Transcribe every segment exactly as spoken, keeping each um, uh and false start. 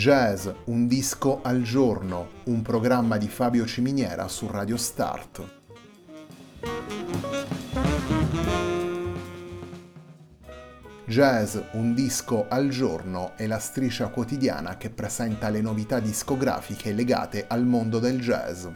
Jazz, un disco al giorno, un programma di Fabio Ciminiera su Radio Start. Jazz, un disco al giorno è la striscia quotidiana che presenta le novità discografiche legate al mondo del jazz.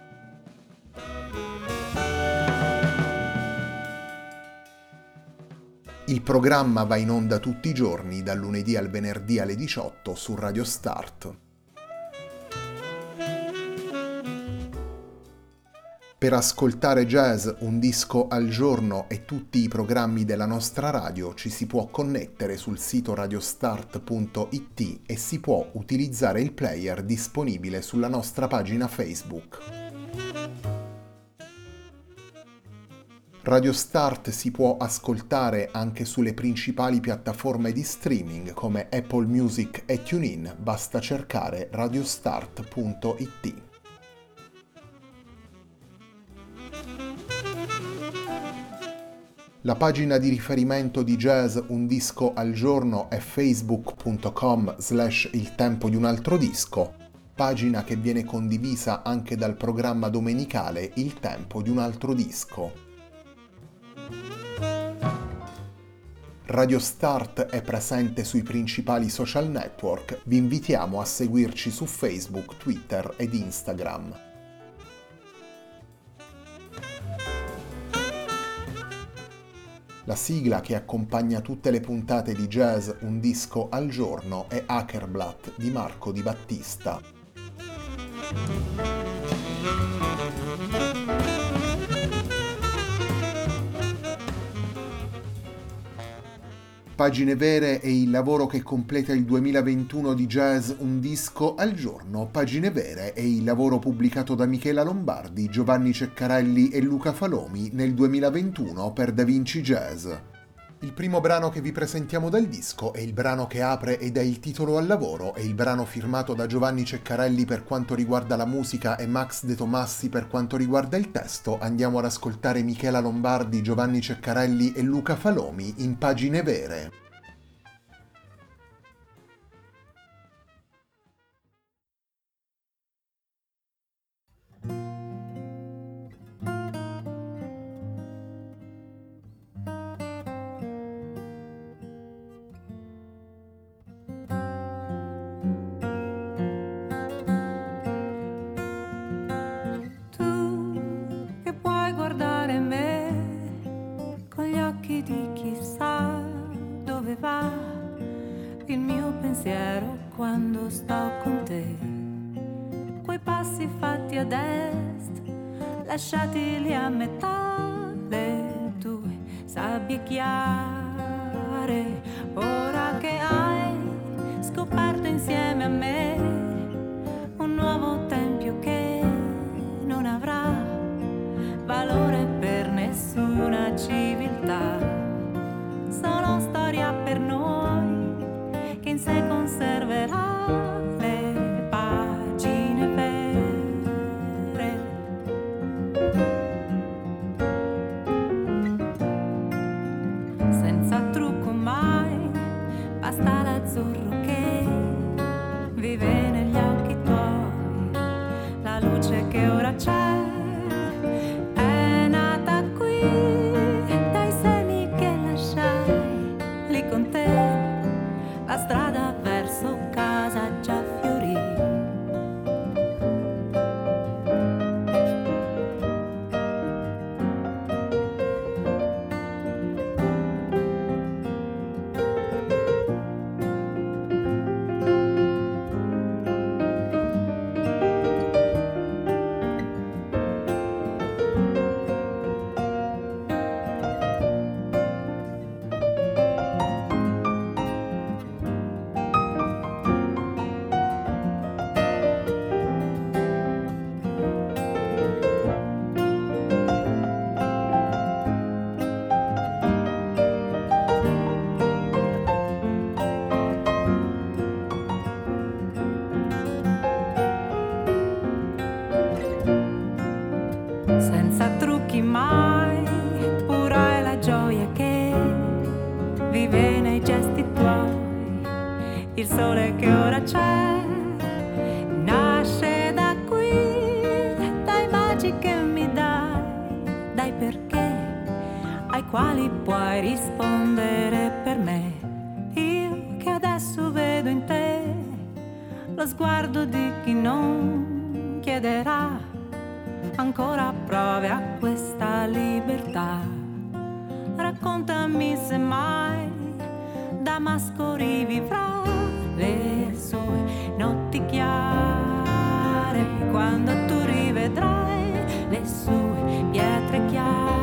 Il programma va in onda tutti i giorni, dal lunedì al venerdì alle diciotto su Radio Start. Per ascoltare Jazz, un disco al giorno e tutti i programmi della nostra radio ci si può connettere sul sito radiostart punto it e si può utilizzare il player disponibile sulla nostra pagina Facebook. Radio Start si può ascoltare anche sulle principali piattaforme di streaming come Apple Music e TuneIn, basta cercare radiostart punto it. La pagina di riferimento di Jazz, un disco al giorno è facebook punto com slash il tempo di un altro disco, pagina che viene condivisa anche dal programma domenicale Il tempo di un altro disco. Radio Start è presente sui principali social network, vi invitiamo a seguirci su Facebook, Twitter ed Instagram. La sigla che accompagna tutte le puntate di Jazz, un disco al giorno è Hackerblatt di Marco Di Battista. Pagine Vere è il lavoro che completa il duemilaventuno di Jazz, un disco al giorno. Pagine Vere è il lavoro pubblicato da Michela Lombardi, Giovanni Ceccarelli e Luca Falomi nel duemilaventuno per Da Vinci Jazz. Il primo brano che vi presentiamo dal disco è il brano che apre ed è il titolo al lavoro, è il brano firmato da Giovanni Ceccarelli per quanto riguarda la musica e Max De Tomassi per quanto riguarda il testo. Andiamo ad ascoltare Michela Lombardi, Giovanni Ceccarelli e Luca Falomi in Pagine Vere. Il mio pensiero quando sto con te, quei passi fatti ad est, lasciati lì a metà, le tue sabbie chiare, ora che hai scoperto insieme a me un nuovo tempio che non avrà valore per nessuna civiltà, solo storia per noi che in sé conserverà le pagine vere. Senza trucco mai, basta l'azzurro che vive negli occhi tuoi, la luce che ora c'è è nata qui dai semi che lasciai lì con te. La strada verso casa già fiorì. vive nei gesti tuoi, il sole che ora c'è quali puoi rispondere per me. Io che adesso vedo in te lo sguardo di chi non chiederà ancora prove a questa libertà. Raccontami se mai Damasco rivivrà le sue notti chiare, quando tu rivedrai le sue pietre chiare.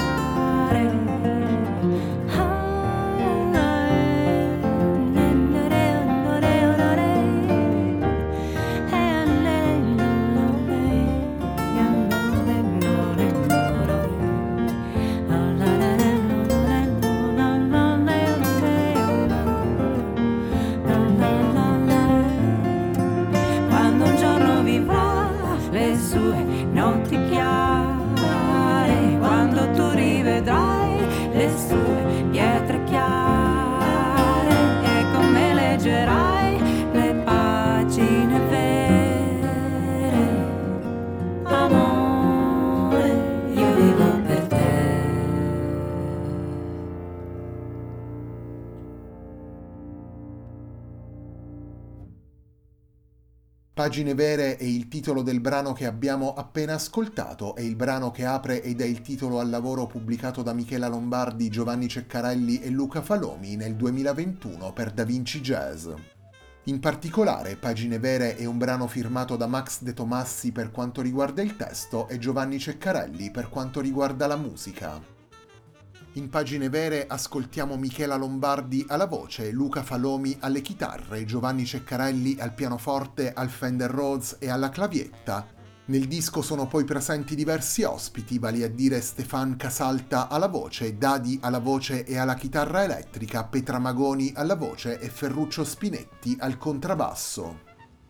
Pagine vere è il titolo del brano che abbiamo appena ascoltato, è il brano che apre ed è il titolo al lavoro pubblicato da Michela Lombardi, Giovanni Ceccarelli e Luca Falomi nel duemilaventuno per Da Vinci Jazz. In particolare, Pagine vere è un brano firmato da Max De Tomassi per quanto riguarda il testo e Giovanni Ceccarelli per quanto riguarda la musica. In Pagine vere ascoltiamo Michela Lombardi alla voce, Luca Falomi alle chitarre, Giovanni Ceccarelli al pianoforte, al Fender Rhodes e alla clavietta. Nel disco sono poi presenti diversi ospiti, vale a dire Stefan Casalta alla voce, Dadi alla voce e alla chitarra elettrica, Petra Magoni alla voce e Ferruccio Spinetti al contrabbasso.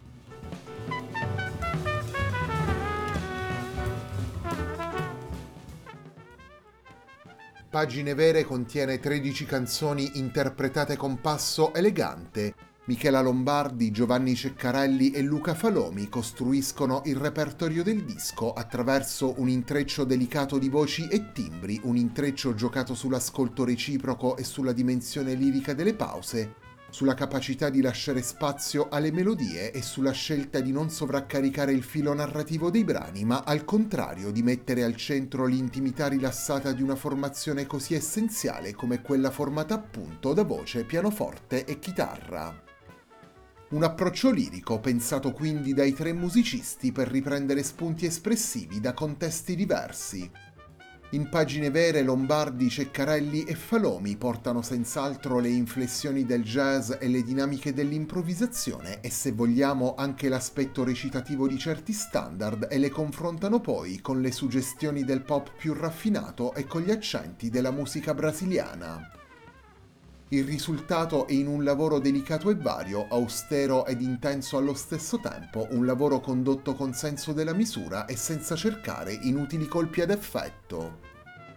Pagine vere contiene tredici canzoni interpretate con passo elegante. Michela Lombardi, Giovanni Ceccarelli e Luca Falomi costruiscono il repertorio del disco attraverso un intreccio delicato di voci e timbri, un intreccio giocato sull'ascolto reciproco e sulla dimensione lirica delle pause, sulla capacità di lasciare spazio alle melodie e sulla scelta di non sovraccaricare il filo narrativo dei brani, ma al contrario di mettere al centro l'intimità rilassata di una formazione così essenziale come quella formata appunto da voce, pianoforte e chitarra. Un approccio lirico pensato quindi dai tre musicisti per riprendere spunti espressivi da contesti diversi. In Pagine vere Lombardi, Ceccarelli e Falomi portano senz'altro le inflessioni del jazz e le dinamiche dell'improvvisazione e, se vogliamo, anche l'aspetto recitativo di certi standard e le confrontano poi con le suggestioni del pop più raffinato e con gli accenti della musica brasiliana. Il risultato è in un lavoro delicato e vario, austero ed intenso allo stesso tempo, un lavoro condotto con senso della misura e senza cercare inutili colpi ad effetto.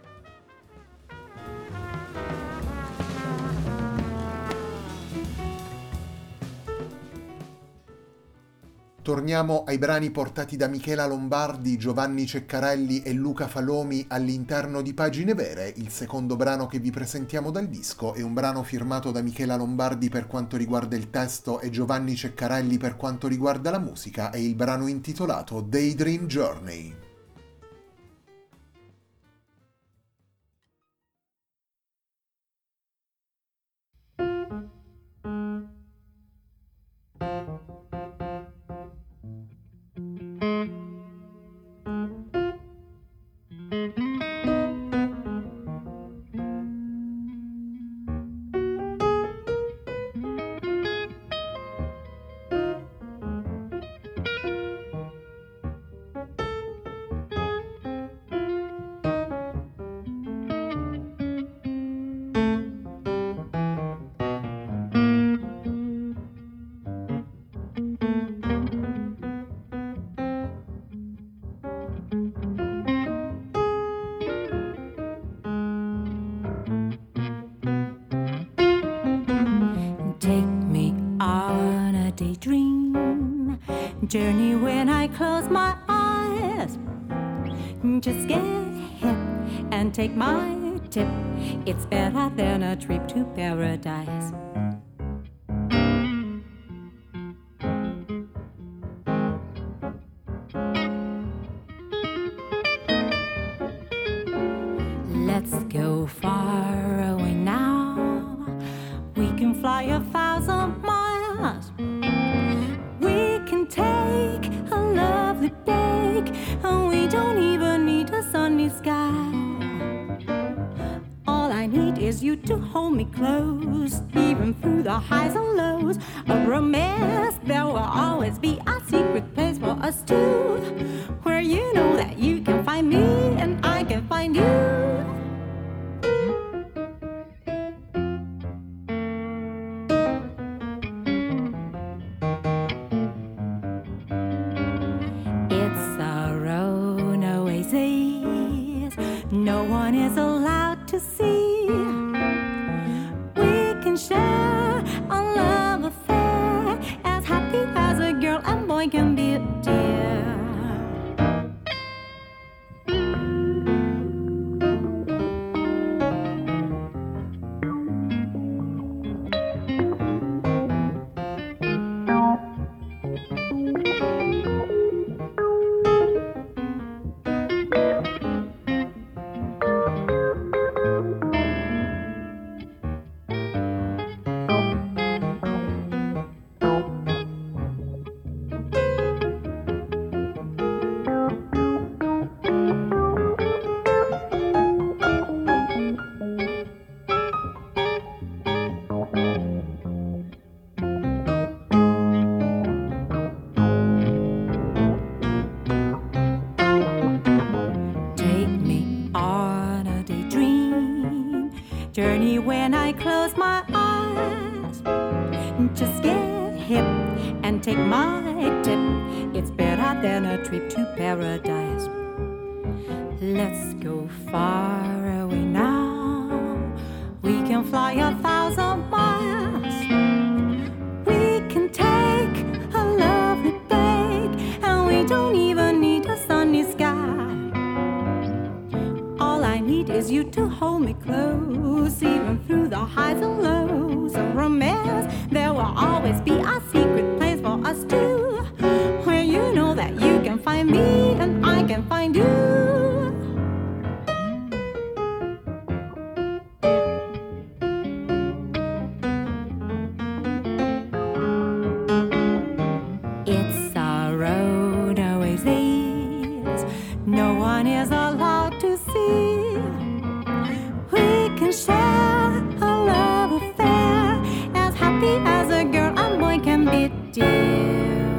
Torniamo ai brani portati da Michela Lombardi, Giovanni Ceccarelli e Luca Falomi all'interno di Pagine vere. Il secondo brano che vi presentiamo dal disco è un brano firmato da Michela Lombardi per quanto riguarda il testo e Giovanni Ceccarelli per quanto riguarda la musica, è il brano intitolato Daydream Journey. Journey when I close my eyes. Just get hip and take my tip. It's better than a trip to paradise. Let's go far away now. We can fly a thousand miles. We can take a lovely break, and we don't even need a sunny sky. All I need is you to hold me close, even through the highs and lows of romance. There will always be a secret place for us two, where you know that you can find me and I can find you. No one is allowed to see. We can share a love affair, as happy as a girl and boy can be, dear. Journey when I close my eyes. Just get hip and take my tip. It's better than a trip to paradise. Let's go far away now. We can fly a thousand miles. We can take a lovely break, and we don't even need a sunny sky. All I need is you to hold me close, even through the highs and lows of romance. There will always be a secret place for us two, where you know that you can find me and I can find you. It's a road always leads. No one is allowed to see. We can share a love affair, as happy as a girl and boy can be, dear.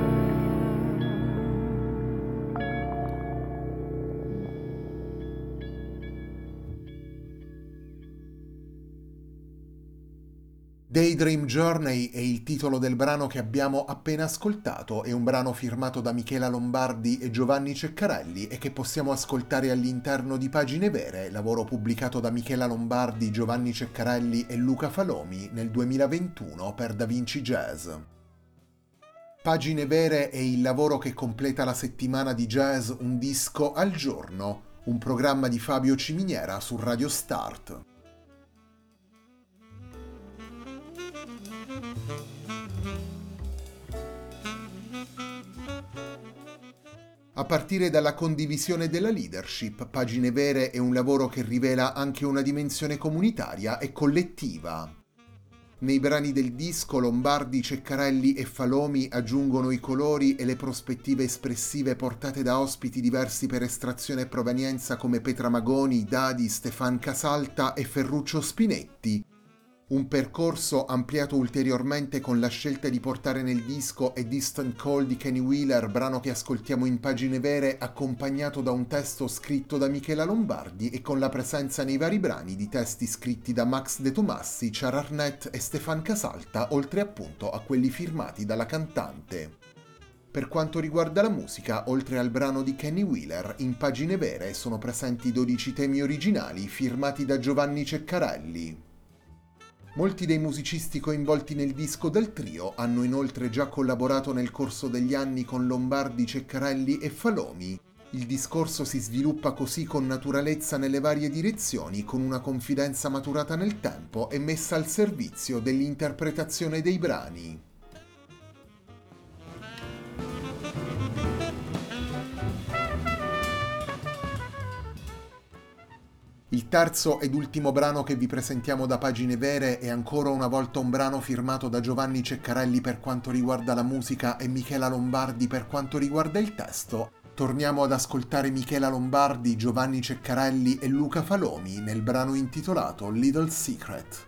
Daydream Journey è il titolo del brano che abbiamo appena ascoltato, è un brano firmato da Michela Lombardi e Giovanni Ceccarelli e che possiamo ascoltare all'interno di Pagine Vere, lavoro pubblicato da Michela Lombardi, Giovanni Ceccarelli e Luca Falomi nel duemilaventuno per Da Vinci Jazz. Pagine Vere è il lavoro che completa la settimana di jazz Un disco al giorno, un programma di Fabio Ciminiera su Radio Start. A partire dalla condivisione della leadership, Pagine Vere è un lavoro che rivela anche una dimensione comunitaria e collettiva. Nei brani del disco Lombardi, Ceccarelli e Falomi aggiungono i colori e le prospettive espressive portate da ospiti diversi per estrazione e provenienza come Petra Magoni, Dadi, Stefan Casalta e Ferruccio Spinetti. Un percorso ampliato ulteriormente con la scelta di portare nel disco A Distant Call di Kenny Wheeler, brano che ascoltiamo in Pagine Vere, accompagnato da un testo scritto da Michela Lombardi e con la presenza nei vari brani di testi scritti da Max De Tomassi, Ciara Arnett e Stefan Casalta, oltre appunto a quelli firmati dalla cantante. Per quanto riguarda la musica, oltre al brano di Kenny Wheeler, in Pagine Vere sono presenti dodici temi originali firmati da Giovanni Ceccarelli. Molti dei musicisti coinvolti nel disco del trio hanno inoltre già collaborato nel corso degli anni con Lombardi, Ceccarelli e Falomi. Il discorso si sviluppa così con naturalezza nelle varie direzioni, con una confidenza maturata nel tempo e messa al servizio dell'interpretazione dei brani. Il terzo ed ultimo brano che vi presentiamo da Pagine Vere è ancora una volta un brano firmato da Giovanni Ceccarelli per quanto riguarda la musica e Michela Lombardi per quanto riguarda il testo. Torniamo ad ascoltare Michela Lombardi, Giovanni Ceccarelli e Luca Falomi nel brano intitolato Little Secret.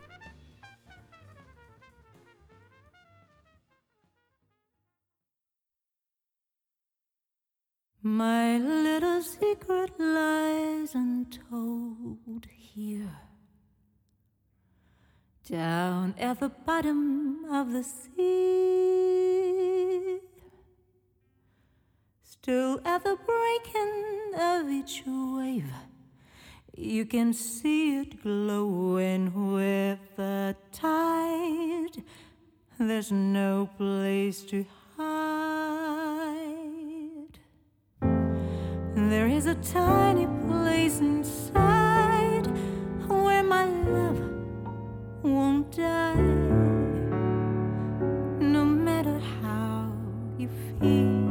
My little secret lies untold here, down at the bottom of the sea, still at the breaking of each wave. You can see it glowing with the tide. There's no place to hide. There is a tiny place inside where my love won't die, no matter how you feel.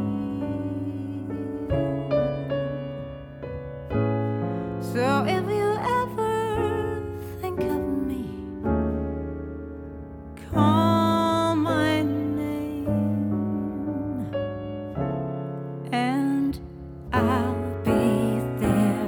So if you ever think of me, call my name and I'll be there.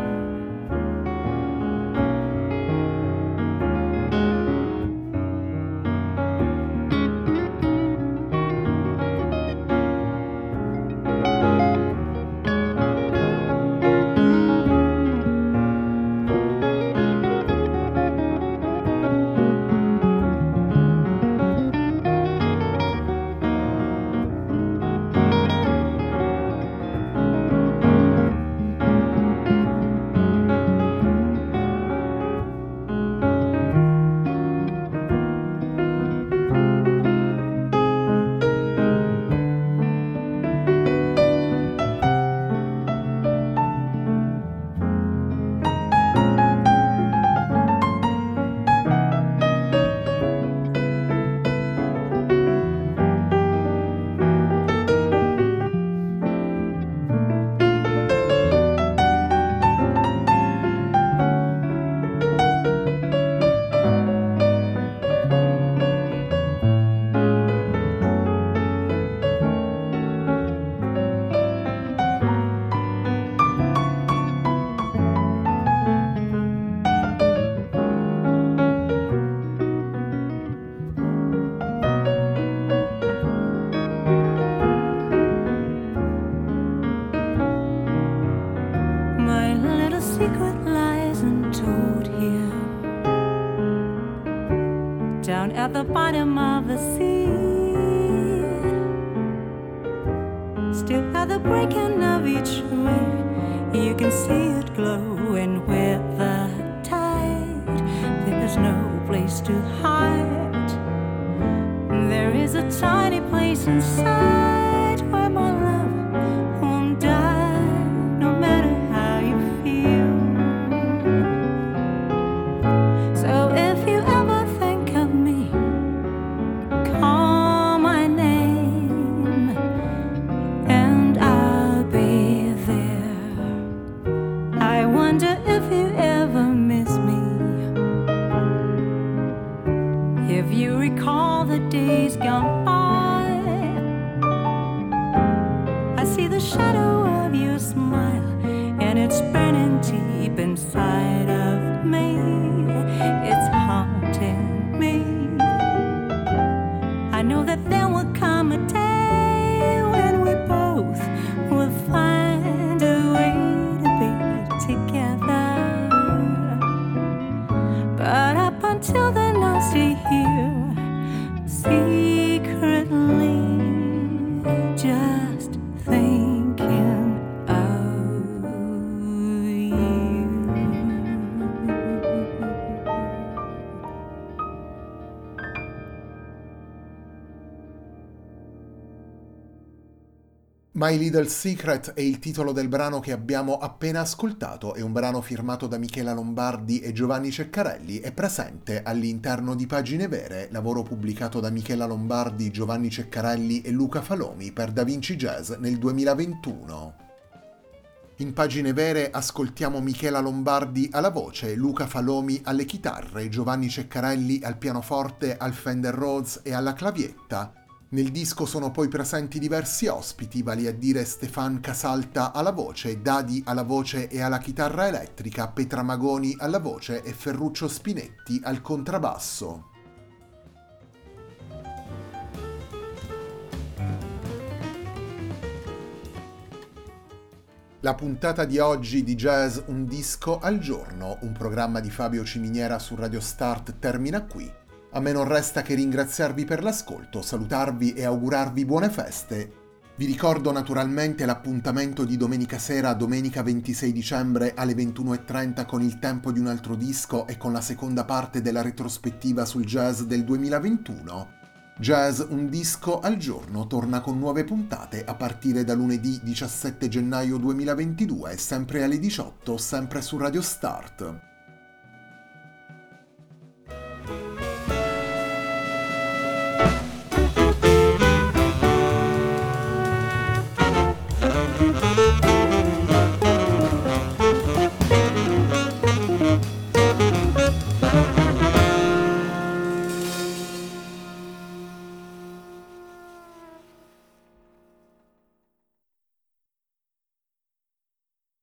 Down at the bottom of the sea, still at the breaking of each wave, you can see it glowing with the tide. There's no place to hide. There is a tiny place inside where my love won't die, no matter how you feel. So if you ever think of me, call my name and I'll be there. I wonder if you ever miss me, if you recall the days gone by. I see the shadow of your smile and it's burning deep inside of me. It's haunting me. I know that there will come a day when we both will find a way to be together. But up until then I'll stay here secretly, just thinking of you. My Little Secret è il titolo del brano che abbiamo appena ascoltato, è un brano firmato da Michela Lombardi e Giovanni Ceccarelli, è presente all'interno di Pagine Vere, lavoro pubblicato da Michela Lombardi, Giovanni Ceccarelli e Luca Falomi per Da Vinci Jazz nel duemilaventuno. In Pagine Vere ascoltiamo Michela Lombardi alla voce, Luca Falomi alle chitarre, Giovanni Ceccarelli al pianoforte, al Fender Rhodes e alla clavietta. Nel disco sono poi presenti diversi ospiti, vale a dire Stefan Casalta alla voce, Dadi alla voce e alla chitarra elettrica, Petra Magoni alla voce e Ferruccio Spinetti al contrabbasso. La puntata di oggi di Jazz Un Disco al Giorno, un programma di Fabio Ciminiera su Radio Start, termina qui. A me non resta che ringraziarvi per l'ascolto, salutarvi e augurarvi buone feste. Vi ricordo naturalmente l'appuntamento di domenica sera, domenica ventisei dicembre alle ventuno e trenta con Il tempo di un altro disco e con la seconda parte della retrospettiva sul jazz del duemilaventuno. Jazz Un Disco al Giorno torna con nuove puntate a partire da lunedì diciassette gennaio duemilaventidue, sempre alle diciotto, sempre su Radio Start.